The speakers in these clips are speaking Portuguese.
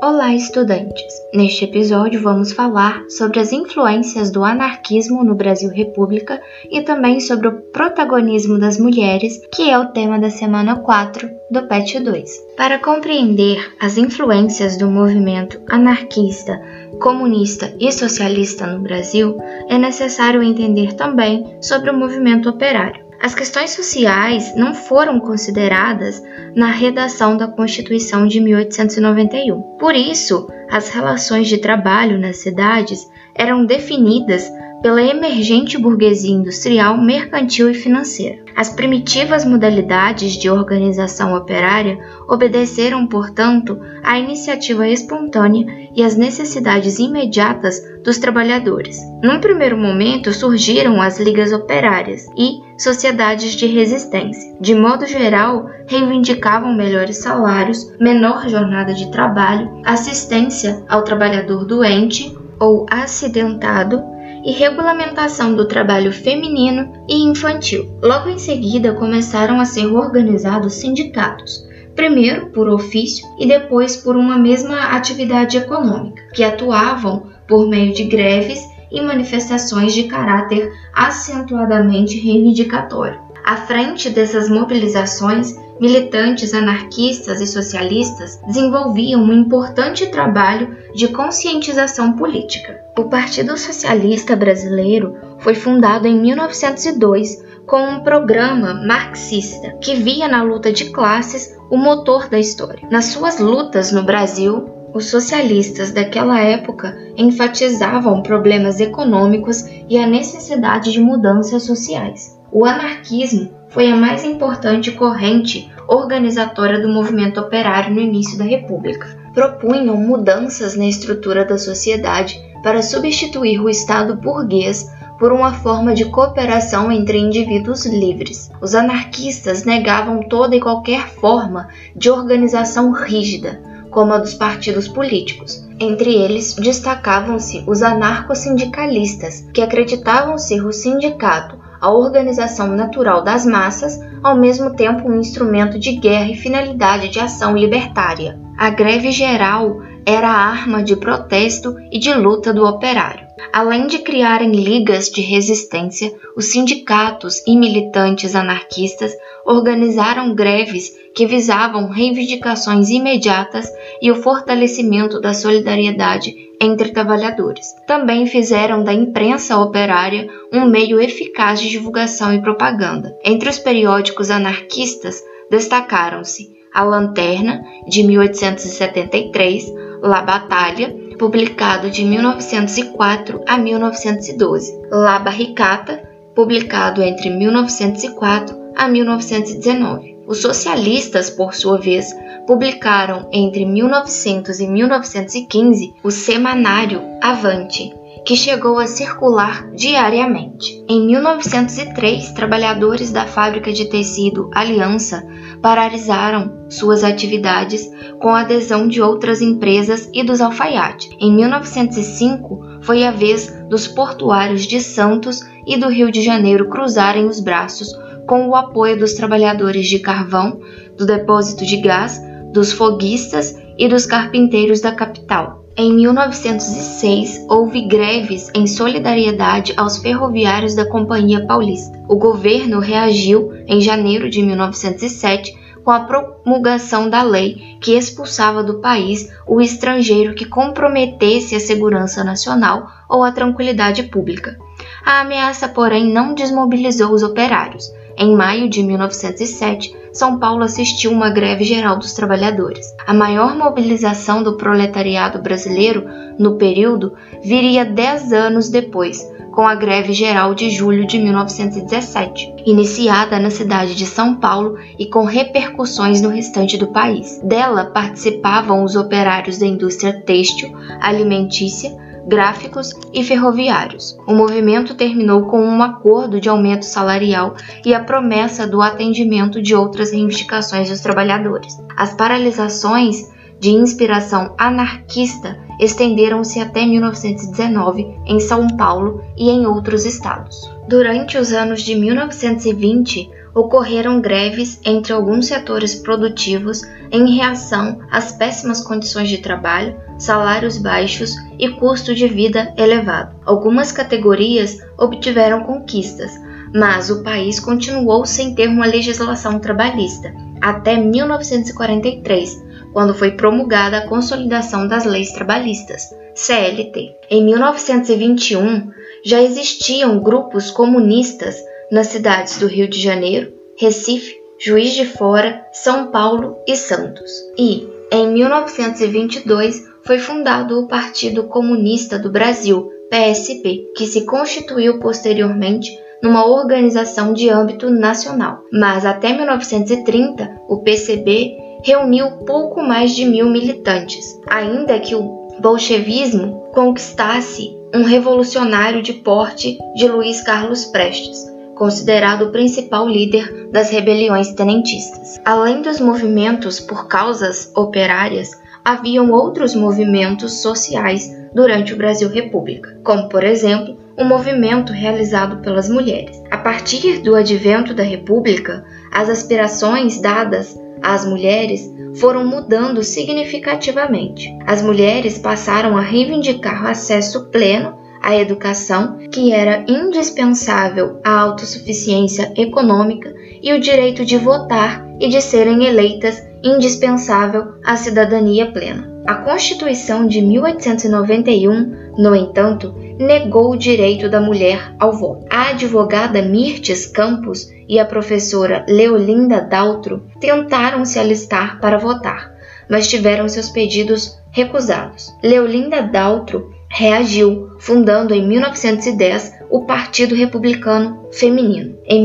Olá, estudantes! Neste episódio vamos falar sobre as influências do anarquismo no Brasil República e também sobre o protagonismo das mulheres, que é o tema da semana 4 do PET 2. Para compreender as influências do movimento anarquista, comunista e socialista no Brasil, é necessário entender também sobre o movimento operário. As questões sociais não foram consideradas na redação da Constituição de 1891. Por isso, as relações de trabalho nas cidades eram definidas pela emergente burguesia industrial, mercantil e financeira. As primitivas modalidades de organização operária obedeceram, portanto, à iniciativa espontânea e às necessidades imediatas dos trabalhadores. Num primeiro momento, surgiram as ligas operárias e sociedades de resistência. De modo geral, reivindicavam melhores salários, menor jornada de trabalho, assistência ao trabalhador doente ou acidentado, e regulamentação do trabalho feminino e infantil. Logo em seguida, começaram a ser organizados sindicatos, primeiro por ofício e depois por uma mesma atividade econômica, que atuavam por meio de greves e manifestações de caráter acentuadamente reivindicatório. À frente dessas mobilizações, militantes anarquistas e socialistas desenvolviam um importante trabalho de conscientização política. O Partido Socialista Brasileiro foi fundado em 1902 com um programa marxista que via na luta de classes o motor da história. Nas suas lutas no Brasil, os socialistas daquela época enfatizavam problemas econômicos e a necessidade de mudanças sociais. O anarquismo foi a mais importante corrente organizatória do movimento operário no início da República. Propunham mudanças na estrutura da sociedade para substituir o Estado burguês por uma forma de cooperação entre indivíduos livres. Os anarquistas negavam toda e qualquer forma de organização rígida, como a dos partidos políticos. Entre eles, destacavam-se os anarcossindicalistas, que acreditavam ser o sindicato a organização natural das massas, ao mesmo tempo um instrumento de guerra e finalidade de ação libertária. A greve geral era a arma de protesto e de luta do operário. Além de criarem ligas de resistência, os sindicatos e militantes anarquistas organizaram greves que visavam reivindicações imediatas e o fortalecimento da solidariedade entre trabalhadores. Também fizeram da imprensa operária um meio eficaz de divulgação e propaganda. Entre os periódicos anarquistas destacaram-se A Lanterna, de 1873, La Batalha, publicado de 1904 a 1912, La Barricata, publicado entre 1904 a 1919. Os socialistas, por sua vez, publicaram entre 1900 e 1915 o semanário Avante, que chegou a circular diariamente. Em 1903, trabalhadores da fábrica de tecido Aliança paralisaram suas atividades com a adesão de outras empresas e dos alfaiates. Em 1905, foi a vez dos portuários de Santos e do Rio de Janeiro cruzarem os braços com o apoio dos trabalhadores de carvão, do depósito de gás, dos foguistas e dos carpinteiros da capital. Em 1906, houve greves em solidariedade aos ferroviários da Companhia Paulista. O governo reagiu em janeiro de 1907 com a promulgação da lei que expulsava do país o estrangeiro que comprometesse a segurança nacional ou a tranquilidade pública. A ameaça, porém, não desmobilizou os operários. Em maio de 1907, São Paulo assistiu uma greve geral dos trabalhadores. A maior mobilização do proletariado brasileiro no período viria 10 anos depois, com a greve geral de julho de 1917, iniciada na cidade de São Paulo e com repercussões no restante do país. Dela participavam os operários da indústria têxtil, alimentícia, gráficos e ferroviários. O movimento terminou com um acordo de aumento salarial e a promessa do atendimento de outras reivindicações dos trabalhadores. As paralisações de inspiração anarquista estenderam-se até 1919 em São Paulo e em outros estados. Durante os anos de 1920, ocorreram greves entre alguns setores produtivos em reação às péssimas condições de trabalho, salários baixos e custo de vida elevado. Algumas categorias obtiveram conquistas, mas o país continuou sem ter uma legislação trabalhista, até 1943, quando foi promulgada a Consolidação das Leis Trabalhistas, CLT. Em 1921, já existiam grupos comunistas nas cidades do Rio de Janeiro, Recife, Juiz de Fora, São Paulo e Santos. E, em 1922, foi fundado o Partido Comunista do Brasil, PSB, que se constituiu posteriormente numa organização de âmbito nacional. Mas até 1930, o PCB reuniu pouco mais de 1.000 militantes, ainda que o bolchevismo conquistasse um revolucionário de porte de Luiz Carlos Prestes, considerado o principal líder das rebeliões tenentistas. Além dos movimentos por causas operárias, haviam outros movimentos sociais durante o Brasil República, como, por exemplo, o movimento realizado pelas mulheres. A partir do advento da República, as aspirações dadas às mulheres foram mudando significativamente. As mulheres passaram a reivindicar o acesso pleno à educação, que era indispensável à autossuficiência econômica, e o direito de votar e de serem eleitas, indispensável à cidadania plena. A Constituição de 1891, no entanto, negou o direito da mulher ao voto. A advogada Mirtes Campos e a professora Leolinda Daltro tentaram se alistar para votar, mas tiveram seus pedidos recusados. Leolinda Daltro reagiu, fundando em 1910 o Partido Republicano Feminino. Em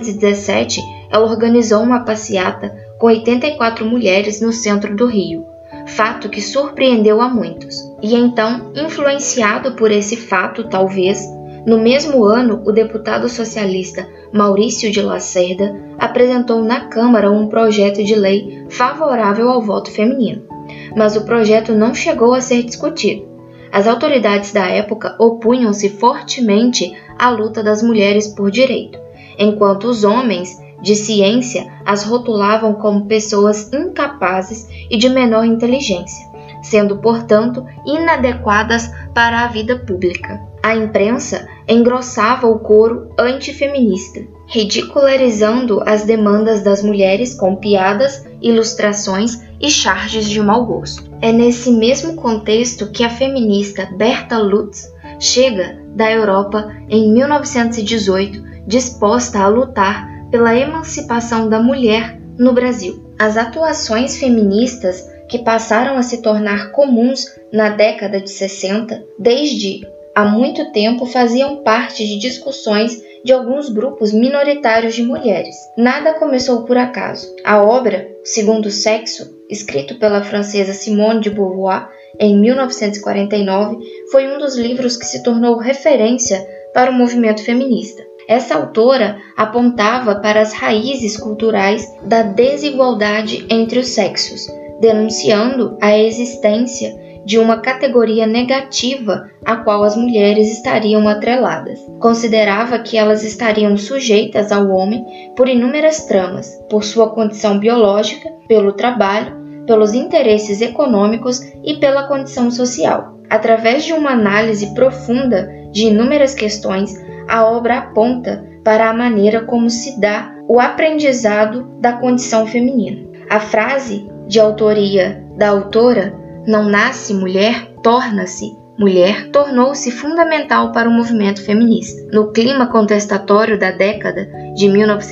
1917, ela organizou uma passeata com 84 mulheres no centro do Rio, fato que surpreendeu a muitos. E então, influenciado por esse fato, talvez, no mesmo ano, o deputado socialista Maurício de Lacerda apresentou na Câmara um projeto de lei favorável ao voto feminino. Mas o projeto não chegou a ser discutido. As autoridades da época opunham-se fortemente à luta das mulheres por direito, enquanto os homens de ciência as rotulavam como pessoas incapazes e de menor inteligência, sendo, portanto, inadequadas para a vida pública. A imprensa engrossava o coro antifeminista, ridicularizando as demandas das mulheres com piadas, ilustrações e charges de mau gosto. É nesse mesmo contexto que a feminista Berta Lutz chega da Europa em 1918, disposta a lutar pela emancipação da mulher no Brasil. As atuações feministas, que passaram a se tornar comuns na década de 60, desde há muito tempo faziam parte de discussões de alguns grupos minoritários de mulheres. Nada começou por acaso. A obra Segundo Sexo, escrito pela francesa Simone de Beauvoir em 1949, foi um dos livros que se tornou referência para o movimento feminista. Essa autora apontava para as raízes culturais da desigualdade entre os sexos, denunciando a existência de uma categoria negativa a qual as mulheres estariam atreladas. Considerava que elas estariam sujeitas ao homem por inúmeras tramas, por sua condição biológica, pelo trabalho, pelos interesses econômicos e pela condição social. Através de uma análise profunda de inúmeras questões, a obra aponta para a maneira como se dá o aprendizado da condição feminina. A frase de autoria da autora, "não nasce mulher, torna-se mulher", tornou-se fundamental para o movimento feminista. No clima contestatório da década de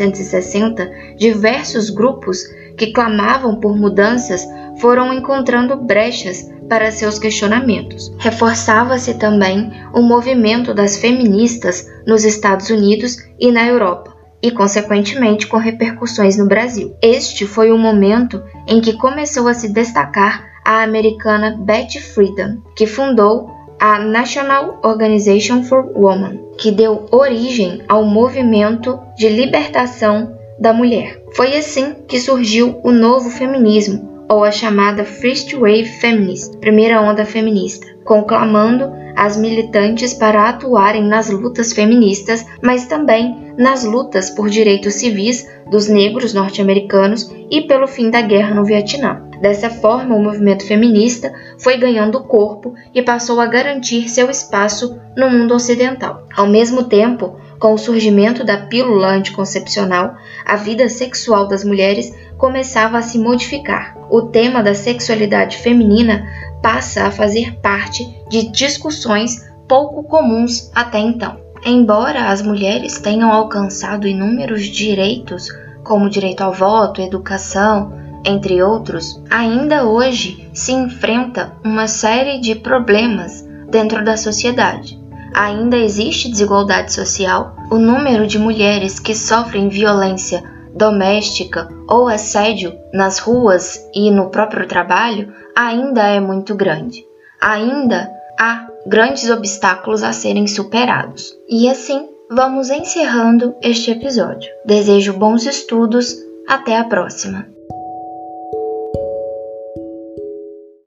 1960, diversos grupos que clamavam por mudanças foram encontrando brechas para seus questionamentos. Reforçava-se também o movimento das feministas nos Estados Unidos e na Europa, e consequentemente com repercussões no Brasil. Este foi o momento em que começou a se destacar a americana Betty Friedan, que fundou a National Organization for Women, que deu origem ao movimento de libertação da mulher. Foi assim que surgiu o novo feminismo, ou a chamada First Wave Feminist, primeira onda feminista, conclamando as militantes para atuarem nas lutas feministas, mas também nas lutas por direitos civis dos negros norte-americanos e pelo fim da guerra no Vietnã. Dessa forma, o movimento feminista foi ganhando corpo e passou a garantir seu espaço no mundo ocidental. Ao mesmo tempo, com o surgimento da pílula anticoncepcional, a vida sexual das mulheres começava a se modificar. O tema da sexualidade feminina passa a fazer parte de discussões pouco comuns até então. Embora as mulheres tenham alcançado inúmeros direitos, como direito ao voto, educação, entre outros, ainda hoje se enfrenta uma série de problemas dentro da sociedade. Ainda existe desigualdade social, o número de mulheres que sofrem violência doméstica ou assédio nas ruas e no próprio trabalho ainda é muito grande. Ainda há grandes obstáculos a serem superados. E assim, vamos encerrando este episódio. Desejo bons estudos, até a próxima!